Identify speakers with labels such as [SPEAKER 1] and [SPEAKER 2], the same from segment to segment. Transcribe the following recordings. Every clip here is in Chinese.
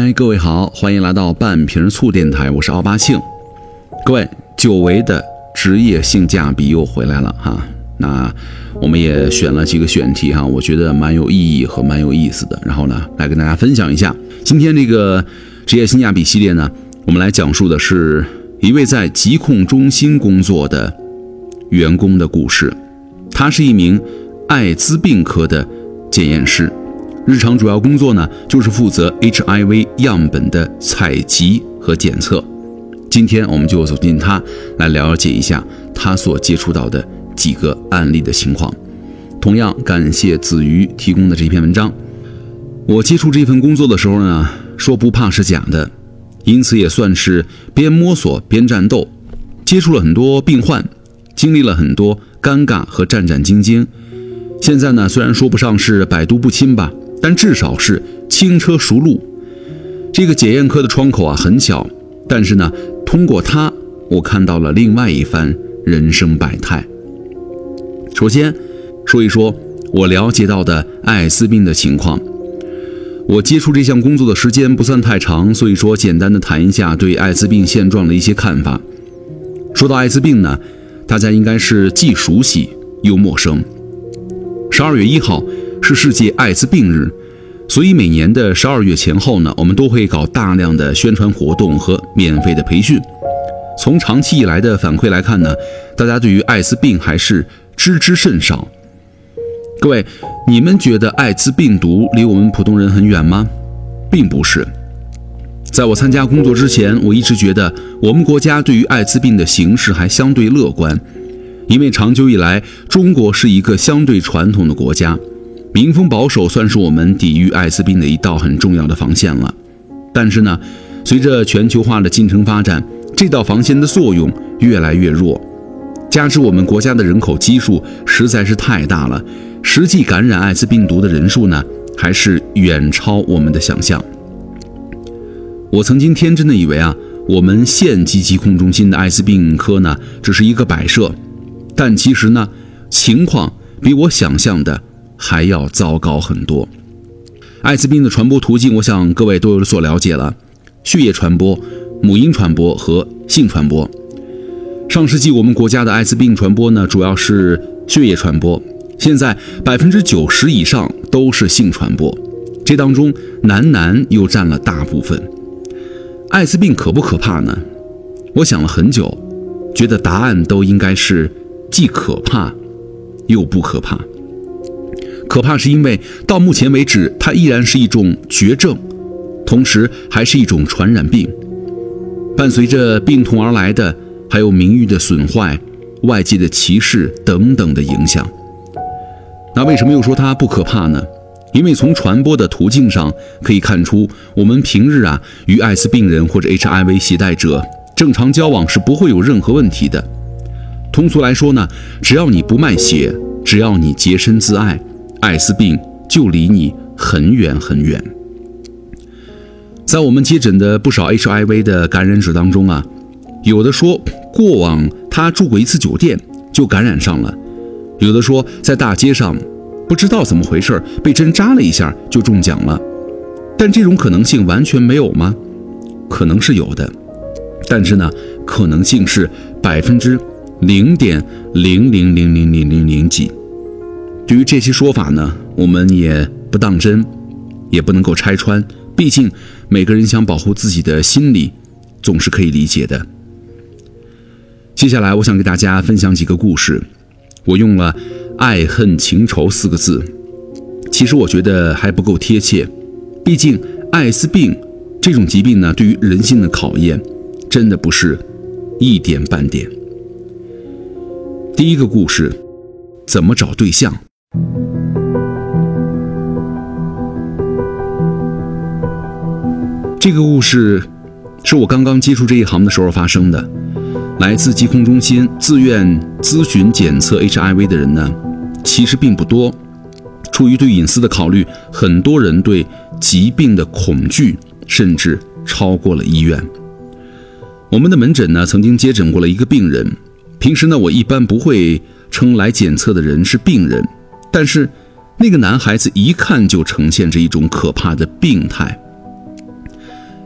[SPEAKER 1] 嗨，各位好，欢迎来到半瓶醋电台，我是奥巴庆。各位，久违的职业性价比又回来了哈。那我们也选了几个选题哈，我觉得蛮有意义和蛮有意思的，然后呢来跟大家分享一下。今天这个职业性价比系列呢，我们来讲述的是一位在疾控中心工作的员工的故事。他是一名艾滋病科的检验师，日常主要工作呢就是负责 HIV 样本的采集和检测。今天我们就走进他，来了解一下他所接触到的几个案例的情况。同样感谢子瑜提供的这篇文章。我接触这份工作的时候呢，说不怕是假的，因此也算是边摸索边战斗，接触了很多病患，经历了很多尴尬和战战兢兢。现在呢，虽然说不上是百毒不侵吧，但至少是轻车熟路。这个检验科的窗口啊很小，但是呢，通过它，我看到了另外一番人生百态。首先说一说我了解到的艾滋病的情况。我接触这项工作的时间不算太长，所以说简单的谈一下对艾滋病现状的一些看法。说到艾滋病呢，大家应该是既熟悉又陌生。12月1号是世界艾滋病日，所以每年的12月前后呢，我们都会搞大量的宣传活动和免费的培训。从长期以来的反馈来看呢，大家对于艾滋病还是知之甚少。各位，你们觉得艾滋病毒离我们普通人很远吗？并不是。在我参加工作之前，我一直觉得我们国家对于艾滋病的形势还相对乐观，因为长久以来，中国是一个相对传统的国家，民风保守算是我们抵御艾滋病的一道很重要的防线了。但是呢，随着全球化的进程发展，这道防线的作用越来越弱，加之我们国家的人口基数实在是太大了，实际感染艾滋病毒的人数呢，还是远超我们的想象。我曾经天真的以为啊，我们县级疾控中心的艾滋病科呢，只是一个摆设，但其实呢，情况比我想象的还要糟糕很多。艾滋病的传播途径，我想各位都有所了解了，血液传播、母婴传播和性传播。上世纪我们国家的艾滋病传播呢，主要是血液传播，现在90%以上都是性传播，这当中男又占了大部分。艾滋病可不可怕呢？我想了很久，觉得答案都应该是既可怕又不可怕。可怕是因为到目前为止，它依然是一种绝症，同时还是一种传染病。伴随着病痛而来的，还有名誉的损坏、外界的歧视等等的影响。那为什么又说它不可怕呢？因为从传播的途径上可以看出，我们平日啊与艾滋病人或者 HIV 携带者正常交往是不会有任何问题的。通俗来说呢，只要你不卖血，只要你洁身自爱，艾滋病就离你很远很远。在我们接诊的不少 HIV 的感染者当中啊，有的说过往他住过一次酒店就感染上了，有的说在大街上不知道怎么回事被针扎了一下就中奖了。但这种可能性完全没有吗？可能是有的，但是呢，可能性是0.0000000几。对于这些说法呢，我们也不当真，也不能够拆穿，毕竟每个人想保护自己的心理总是可以理解的。接下来我想给大家分享几个故事，我用了爱恨情仇4个字，其实我觉得还不够贴切，毕竟艾滋病这种疾病呢，对于人性的考验真的不是一点半点。第一个故事，怎么找对象。这个故事是我刚刚接触这一行的时候发生的。来自疾控中心自愿咨询检测 HIV 的人呢，其实并不多。出于对隐私的考虑，很多人对疾病的恐惧甚至超过了医院。我们的门诊呢，曾经接诊过了一个病人。平时呢，我一般不会称来检测的人是病人，但是那个男孩子一看就呈现着一种可怕的病态。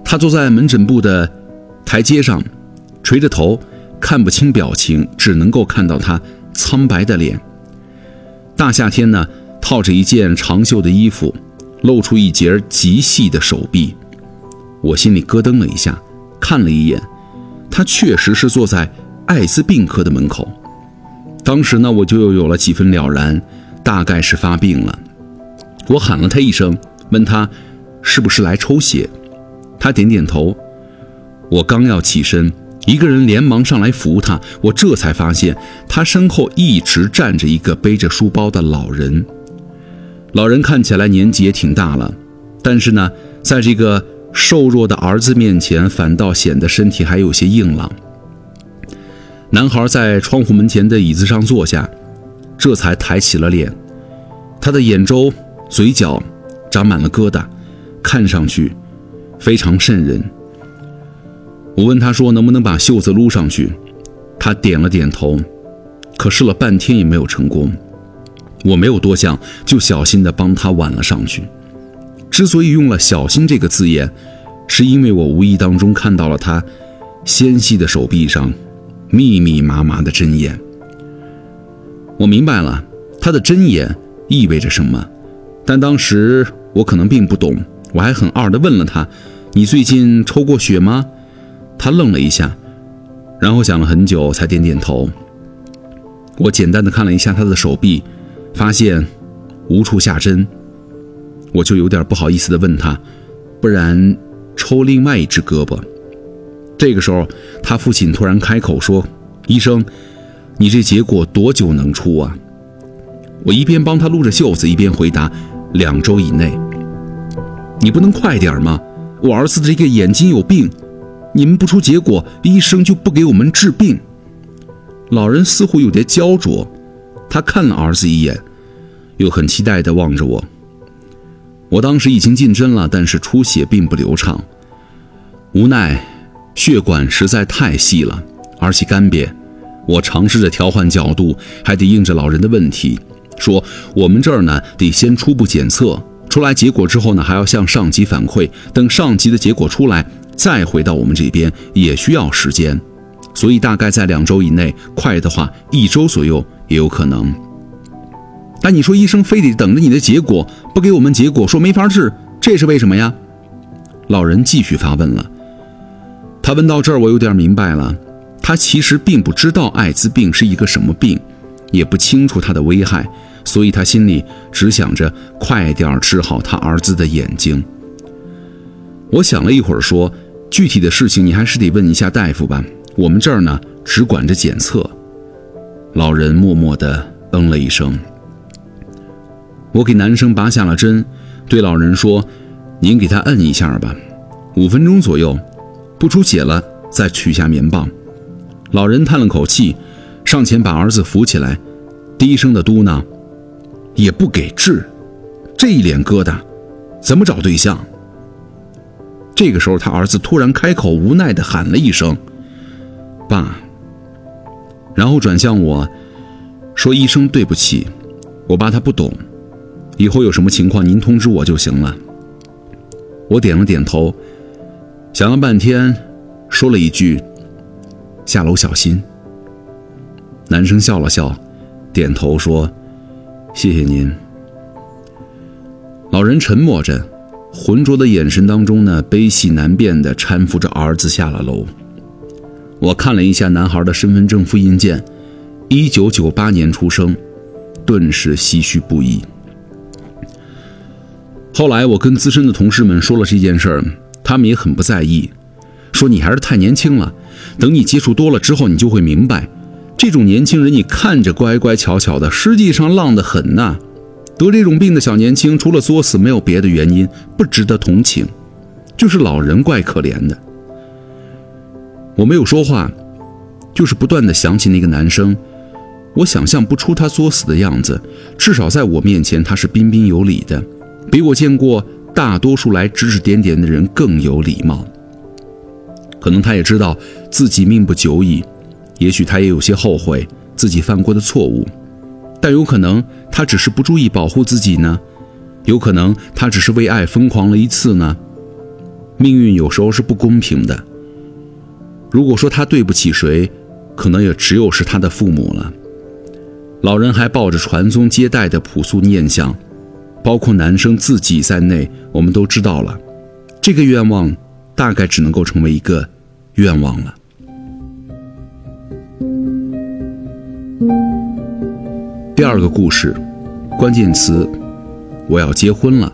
[SPEAKER 1] 他坐在门诊部的台阶上，垂着头，看不清表情，只能够看到他苍白的脸。大夏天呢，套着一件长袖的衣服，露出一截极细的手臂。我心里咯噔了一下，看了一眼，他确实是坐在艾滋病科的门口。当时呢，我就又有了几分了然，大概是发病了。我喊了他一声，问他是不是来抽血。他点点头。我刚要起身，一个人连忙上来扶他，我这才发现他身后一直站着一个背着书包的老人。老人看起来年纪也挺大了，但是呢，在这个瘦弱的儿子面前，反倒显得身体还有些硬朗。男孩在窗户门前的椅子上坐下，这才抬起了脸。他的眼周、嘴角长满了疙瘩，看上去非常瘆人。我问他说能不能把袖子撸上去，他点了点头，可试了半天也没有成功。我没有多想，就小心地帮他挽了上去。之所以用了小心这个字眼，是因为我无意当中看到了他纤细的手臂上密密麻麻的针眼。我明白了他的针眼意味着什么，但当时我可能并不懂，我还很二地问了他，你最近抽过血吗？他愣了一下，然后想了很久才点点头。我简单地看了一下他的手臂，发现无处下针，我就有点不好意思地问他，不然抽另外一只胳膊。这个时候他父亲突然开口说，医生，你这结果多久能出啊？我一边帮他撸着袖子，一边回答，2周以内。你不能快点吗？我儿子的这个眼睛有病，你们不出结果，医生就不给我们治病。老人似乎有点焦灼，他看了儿子一眼，又很期待地望着我。我当时已经进针了，但是出血并不流畅，无奈血管实在太细了，而且干瘪。我尝试着调换角度，还得应着老人的问题，说我们这儿呢得先初步检测，出来结果之后呢还要向上级反馈，等上级的结果出来再回到我们这边也需要时间，所以大概在2周以内，快的话1周左右也有可能。但你说医生非得等着你的结果，不给我们结果，说没法治，这是为什么呀？老人继续发问了。他问到这儿，我有点明白了，他其实并不知道艾滋病是一个什么病，也不清楚它的危害，所以他心里只想着快点治好他儿子的眼睛。我想了一会儿说，具体的事情你还是得问一下大夫吧，我们这儿呢只管着检测。老人默默地了一声。我给男生拔下了针，对老人说，您给他摁一下吧，5分钟左右，不出血了再取下棉棒。老人叹了口气，上前把儿子扶起来，低声的嘟囔，也不给治，这一脸疙瘩，怎么找对象？这个时候他儿子突然开口，无奈地喊了一声，爸。然后转向我说，医生对不起，我爸他不懂，以后有什么情况您通知我就行了。我点了点头，想了半天，说了一句，下楼小心。男生笑了笑，点头说，谢谢您。老人沉默着，浑浊的眼神当中呢，悲喜难辨地搀扶着儿子下了楼。我看了一下男孩的身份证复印件，1998年出生，顿时唏嘘不已。后来我跟资深的同事们说了这件事儿，他们也很不在意，说你还是太年轻了，等你接触多了之后你就会明白，这种年轻人你看着乖乖巧巧的，实际上浪得很呐。得这种病的小年轻除了作死没有别的原因，不值得同情，就是老人怪可怜的。我没有说话，就是不断地想起那个男生，我想象不出他作死的样子，至少在我面前他是彬彬有礼的，比我见过大多数来指指点点的人更有礼貌。可能他也知道自己命不久矣，也许他也有些后悔自己犯过的错误，但有可能他只是不注意保护自己呢，有可能他只是为爱疯狂了一次呢。 命运有时候是不公平的。如果说他对不起谁，可能也只有是他的父母了。老人还抱着传宗接代的朴素念想，包括男生自己在内，我们都知道了，这个愿望大概只能够成为一个愿望了。第二个故事，关键词：我要结婚了。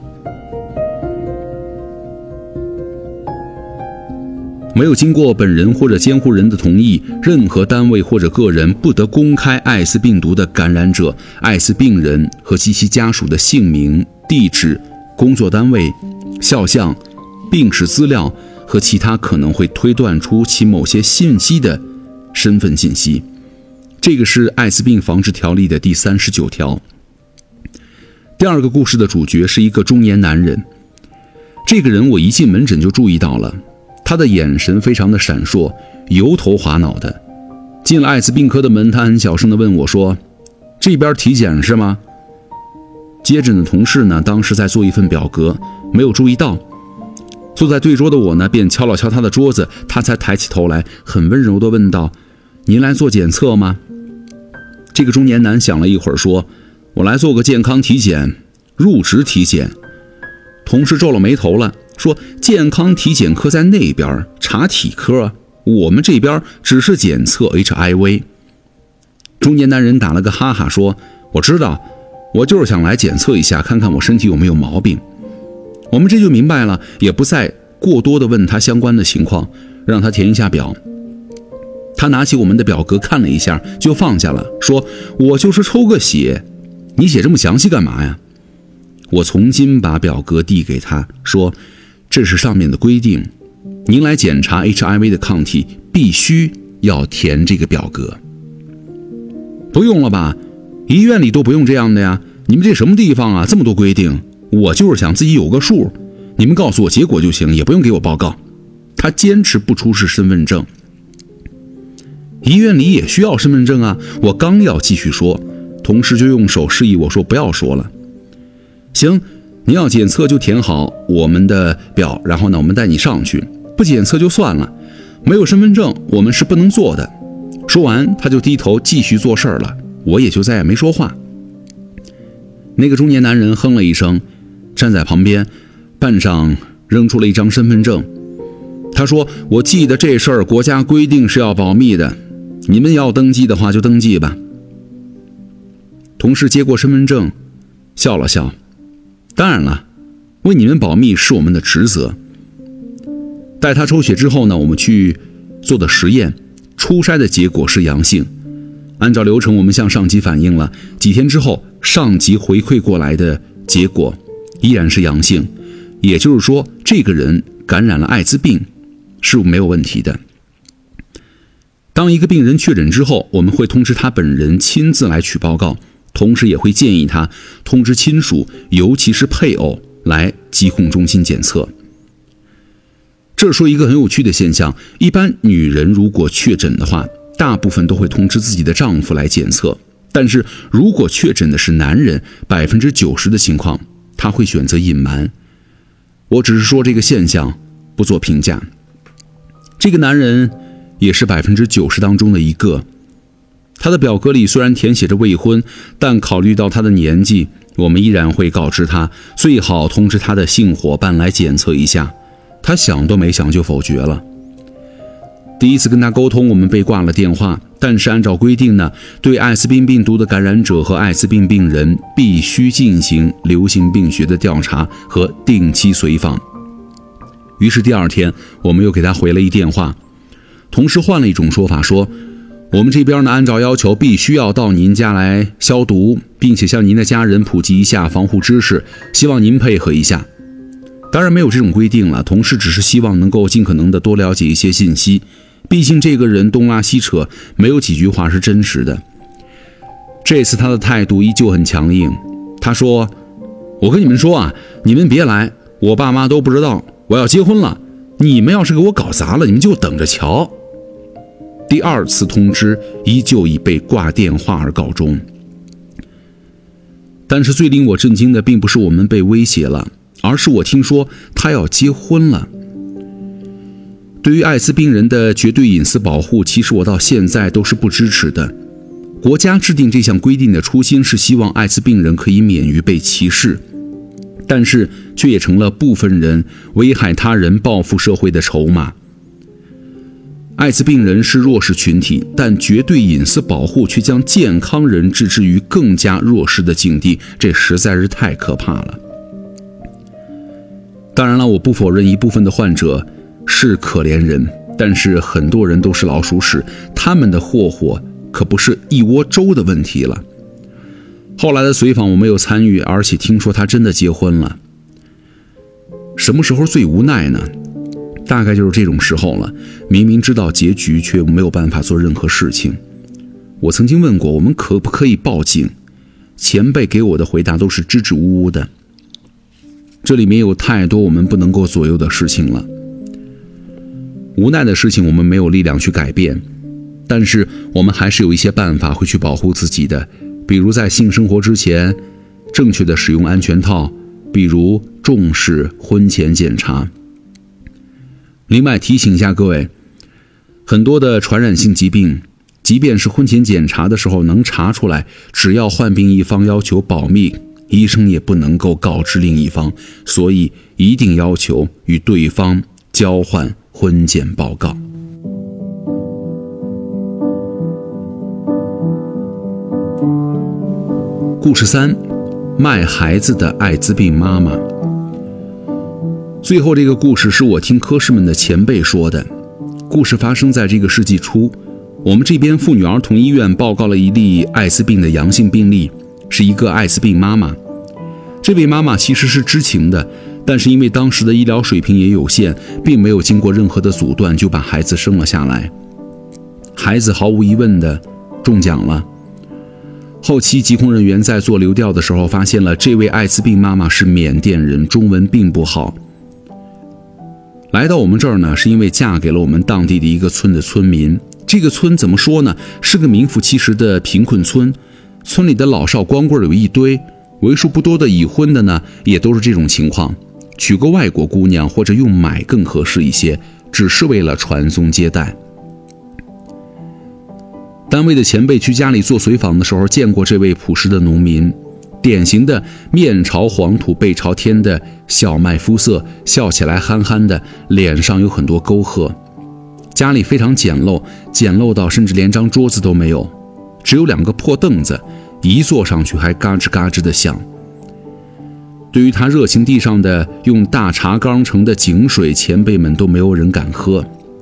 [SPEAKER 1] 没有经过本人或者监护人的同意，任何单位或者个人不得公开艾滋病毒的感染者、艾滋病人和及其家属的姓名、地址、工作单位、肖像、病史资料和其他可能会推断出其某些信息的身份信息。这个是艾滋病防治条例的第39条。第二个故事的主角是一个中年男人，这个人我一进门诊就注意到了，他的眼神非常的闪烁，油头滑脑的。进了艾滋病科的门，他很小声地问我说：“这边体检是吗？”接诊的同事呢，当时在做一份表格，没有注意到。坐在对桌的我呢，便敲了敲他的桌子，他才抬起头来，很温柔地问道：“您来做检测吗？”这个中年男想了一会儿说：“我来做个健康体检，入职体检。”同事皱了眉头了，说：“健康体检科在那边，查体科，我们这边只是检测 HIV。” 中年男人打了个哈哈说：“我知道，我就是想来检测一下，看看我身体有没有毛病。”我们这就明白了，也不再过多的问他相关的情况，让他填一下表。他拿起我们的表格看了一下，就放下了，说：“我就是抽个血，你写这么详细干嘛呀？”我从新把表格递给他，说：“这是上面的规定，您来检查 HIV 的抗体必须要填这个表格。”“不用了吧？医院里都不用这样的呀，你们这什么地方啊，这么多规定？我就是想自己有个数，你们告诉我结果就行，也不用给我报告。”他坚持不出示身份证。医院里也需要身份证啊！我刚要继续说，同事就用手示意我说不要说了。行，你要检测就填好我们的表，然后呢，我们带你上去。不检测就算了，没有身份证我们是不能做的。说完，他就低头继续做事了，我也就再也没说话。那个中年男人哼了一声，站在旁边，半晌扔出了一张身份证。他说：“我记得这事儿国家规定是要保密的，你们要登记的话就登记吧。”同事接过身份证，笑了笑：“当然了，为你们保密是我们的职责。”带他抽血之后呢，我们去做的实验，初筛的结果是阳性。按照流程，我们向上级反映了，几天之后，上级回馈过来的结果依然是阳性，也就是说，这个人感染了艾滋病是没有问题的。当一个病人确诊之后，我们会通知他本人亲自来取报告，同时也会建议他通知亲属，尤其是配偶来疾控中心检测。这说一个很有趣的现象，一般女人如果确诊的话，大部分都会通知自己的丈夫来检测，但是如果确诊的是男人，90%的情况他会选择隐瞒。我只是说这个现象，不做评价。这个男人也是90%当中的一个。他的表格里虽然填写着未婚，但考虑到他的年纪，我们依然会告知他，最好通知他的性伙伴来检测一下。他想都没想就否决了。第一次跟他沟通，我们被挂了电话，但是按照规定呢，对艾滋病病毒的感染者和艾滋病病人必须进行流行病学的调查和定期随访。于是第二天，我们又给他回了一电话，同时换了一种说法，说我们这边呢，按照要求必须要到您家来消毒，并且向您的家人普及一下防护知识，希望您配合一下。当然没有这种规定了，同事只是希望能够尽可能的多了解一些信息，毕竟这个人东拉西扯，没有几句话是真实的。这次他的态度依旧很强硬，他说：“我跟你们说啊，你们别来，我爸妈都不知道我要结婚了，你们要是给我搞砸了，你们就等着瞧。”第二次通知依旧以被挂电话而告终。但是最令我震惊的并不是我们被威胁了，而是我听说他要结婚了。 对于艾滋病人的绝对隐私保护，其实我到现在都是不支持的。国家制定这项规定的初心是希望艾滋病人可以免于被歧视，但是却也成了部分人危害他人、报复社会的筹码。艾滋病人是弱势群体，但绝对隐私保护却将健康人置之于更加弱势的境地，这实在是太可怕了。当然了，我不否认一部分的患者是可怜人，但是很多人都是老鼠屎，他们的祸祸可不是一窝粥的问题了。后来的随访我没有参与，而且听说他真的结婚了。什么时候最无奈呢？大概就是这种时候了，明明知道结局却没有办法做任何事情。我曾经问过我们可不可以报警，前辈给我的回答都是支支吾吾的。这里面有太多我们不能够左右的事情了，无奈的事情我们没有力量去改变，但是我们还是有一些办法会去保护自己的，比如在性生活之前正确的使用安全套，比如重视婚前检查。另外提醒一下各位，很多的传染性疾病，即便是婚前检查的时候能查出来，只要患病一方要求保密，医生也不能够告知另一方，所以一定要求与对方交换婚检报告。故事3，卖孩子的艾滋病妈妈。最后这个故事是我听科室们的前辈说的。故事发生在这个世纪初，我们这边妇女儿童医院报告了一例艾滋病的阳性病例，是一个艾滋病妈妈。这位妈妈其实是知情的，但是因为当时的医疗水平也有限，并没有经过任何的阻断就把孩子生了下来。孩子毫无疑问的中奖了。后期疾控人员在做流调的时候发现了这位艾滋病妈妈是缅甸人，中文并不好。来到我们这儿呢，是因为嫁给了我们当地的一个村的村民。这个村怎么说呢，是个名副其实的贫困村，村里的老少光棍有一堆，为数不多的已婚的呢也都是这种情况，娶个外国姑娘或者用买更合适一些，只是为了传宗接代。单位的前辈去家里做随访的时候见过这位朴实的农民，典型的面朝黄土背朝天的小麦肤色，笑起来憨憨的，脸上有很多沟壑。家里非常简陋，简陋到甚至连张桌子都没有，只有2个破凳子，一坐上去还嘎吱嘎吱的响。对于他热情地上的用大茶缸盛的井水，前辈们都没有人敢喝。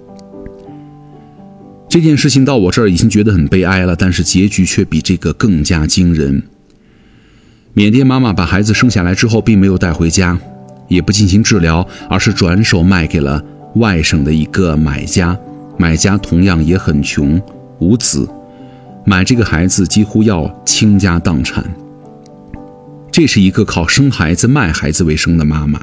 [SPEAKER 1] 这件事情到我这儿已经觉得很悲哀了，但是结局却比这个更加惊人。缅甸妈妈把孩子生下来之后并没有带回家，也不进行治疗，而是转手卖给了外省的一个买家。买家同样也很穷，无子，买这个孩子几乎要倾家荡产。这是一个靠生孩子卖孩子为生的妈妈。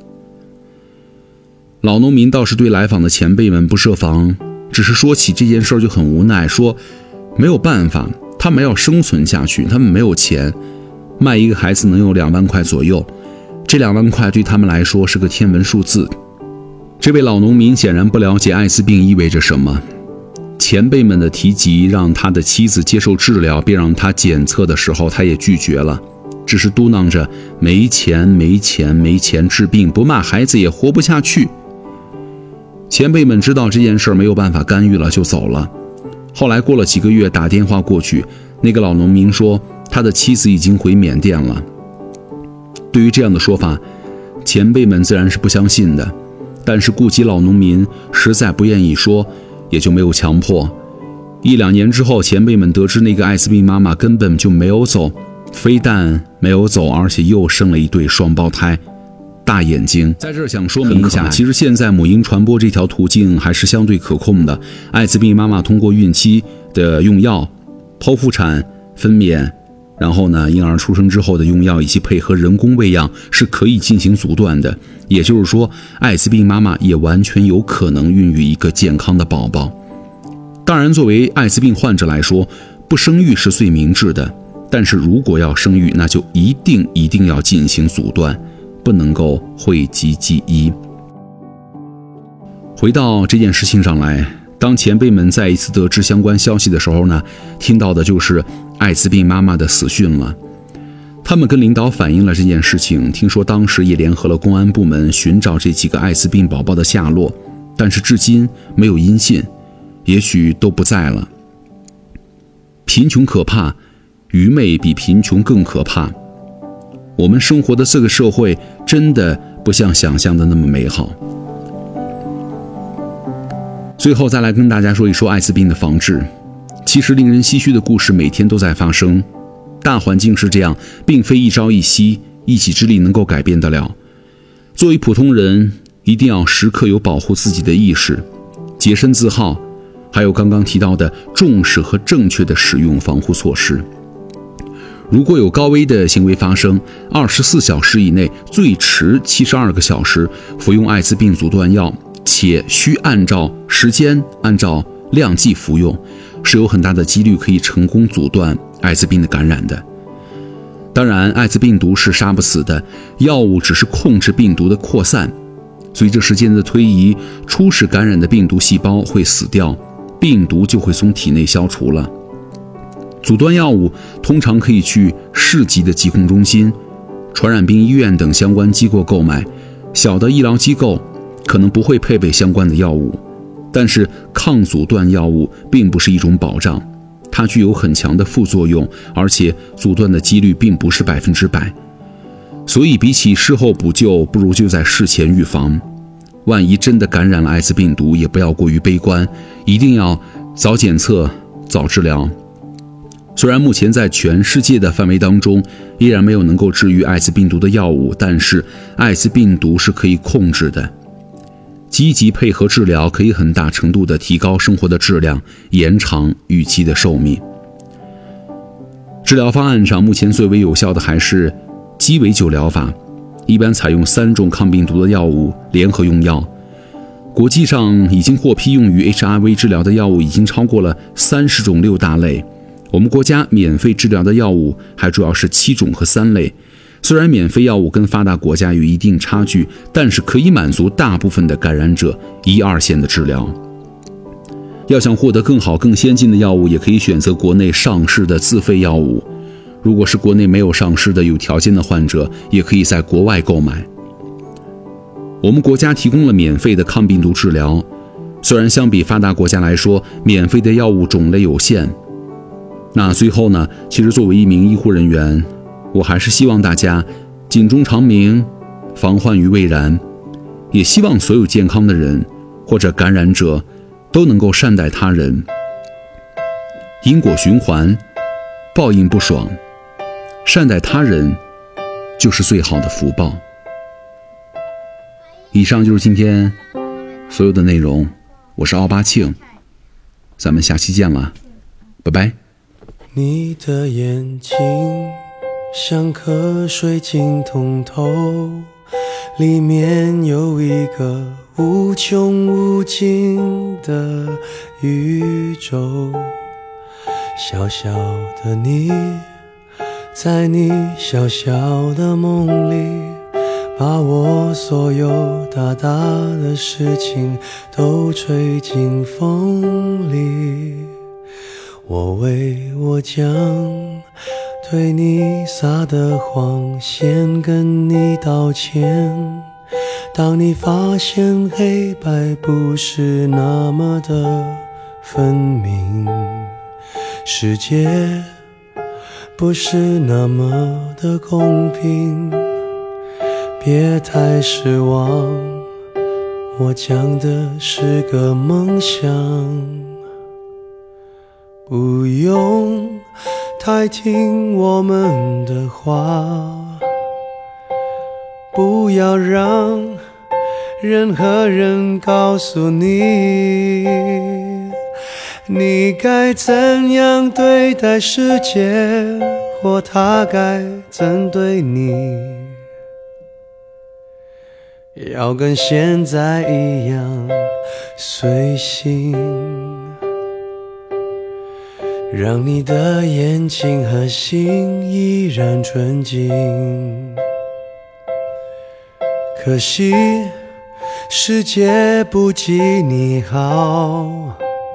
[SPEAKER 1] 老农民倒是对来访的前辈们不设防，只是说起这件事就很无奈，说没有办法，他们要生存下去，他们没有钱，卖一个孩子能有2万块左右，这2万块对他们来说是个天文数字。这位老农民显然不了解艾滋病意味着什么，前辈们的提及让他的妻子接受治疗，并让他检测的时候他也拒绝了，只是嘟囔着没钱没钱没钱治病，不骂孩子也活不下去。前辈们知道这件事没有办法干预了，就走了。后来过了几个月，打电话过去，那个老农民说他的妻子已经回缅甸了。对于这样的说法，前辈们自然是不相信的，但是顾及老农民实在不愿意说，也就没有强迫。1-2年之后，前辈们得知那个艾滋病妈妈根本就没有走，非但没有走，而且又生了一对双胞胎，大眼睛。在这儿想说明一下，其实现在母婴传播这条途径还是相对可控的。艾滋病妈妈通过孕期的用药、剖腹产、分娩，然后呢，婴儿出生之后的用药以及配合人工喂养是可以进行阻断的。也就是说，艾滋病妈妈也完全有可能孕育一个健康的宝宝。当然，作为艾滋病患者来说，不生育是最明智的，但是如果要生育，那就一定要进行阻断，不能够讳疾忌医。 回到这件事情上来，当前辈们再一次得知相关消息的时候呢，听到的就是艾滋病妈妈的死讯了。他们跟领导反映了这件事情，听说当时也联合了公安部门寻找这几个艾滋病宝宝的下落，但是至今没有音信，也许都不在了。贫穷可怕，愚昧比贫穷更可怕。我们生活的这个社会真的不像想象的那么美好。最后再来跟大家说一说艾滋病的防治。其实令人唏嘘的故事每天都在发生，大环境是这样，并非一朝一夕、一己之力能够改变得了。作为普通人，一定要时刻有保护自己的意识，洁身自好，还有刚刚提到的重视和正确的使用防护措施。如果有高危的行为发生，24小时以内，最迟72个小时服用艾滋病阻断药，且需按照时间、按照量剂服用，是有很大的几率可以成功阻断艾滋病的感染的。当然，艾滋病毒是杀不死的，药物只是控制病毒的扩散。随着时间的推移，初始感染的病毒细胞会死掉，病毒就会从体内消除了。阻断药物通常可以去市级的疾控中心、传染病医院等相关机构购买，小的医疗机构可能不会配备相关的药物。但是抗阻断药物并不是一种保障，它具有很强的副作用，而且阻断的几率并不是100%。所以比起事后补救，不如就在事前预防。万一真的感染了艾滋病毒，也不要过于悲观，一定要早检测、早治疗。虽然目前在全世界的范围当中依然没有能够治愈艾滋病毒的药物，但是艾滋病毒是可以控制的。积极配合治疗可以很大程度地提高生活的质量，延长预期的寿命。治疗方案上，目前最为有效的还是鸡尾酒疗法，一般采用3种抗病毒的药物联合用药。国际上已经获批用于 HIV 治疗的药物已经超过了30种6大类，我们国家免费治疗的药物还主要是7种和3类。虽然免费药物跟发达国家有一定差距，但是可以满足大部分的感染者1、2线的治疗。要想获得更好更先进的药物，也可以选择国内上市的自费药物。如果是国内没有上市的有条件的患者，也可以在国外购买。我们国家提供了免费的抗病毒治疗，虽然相比发达国家来说，免费的药物种类有限。那最后呢，其实作为一名医护人员，我还是希望大家警钟长鸣，防患于未然，也希望所有健康的人或者感染者都能够善待他人。因果循环，报应不爽，善待他人就是最好的福报。以上就是今天所有的内容，我是奥巴庆，咱们下期见了，拜拜。
[SPEAKER 2] 你的眼睛像颗水晶通透，里面有一个无穷无尽的宇宙。小小的你，在你小小的梦里，把我所有大大的事情都吹进风里。我为我将对你撒的谎先跟你道歉。当你发现黑白不是那么的分明，世界不是那么的公平，别太失望，我讲的是个梦想。不用太听我们的话，不要让任何人告诉你，你该怎样对待世界，或他该怎对你，要跟现在一样随性，让你的眼睛和心依然纯净。可惜世界不及你好。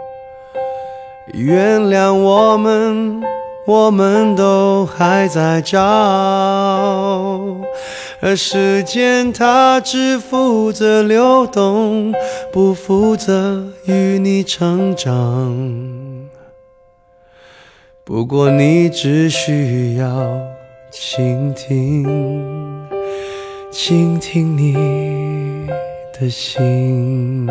[SPEAKER 2] 原谅我们都还在找，而时间它只负责流动，不负责与你成长。不过你只需要倾听，倾听你的心。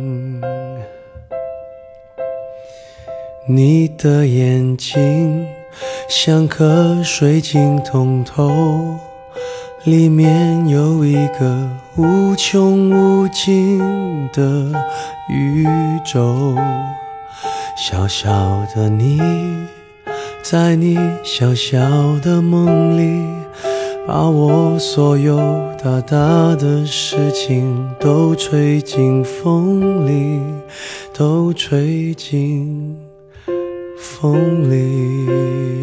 [SPEAKER 2] 你的眼睛像颗水晶通透，里面有一个无穷无尽的宇宙。小小的你，在你小小的梦里，把我所有大大的事情都吹进风里，都吹进风里。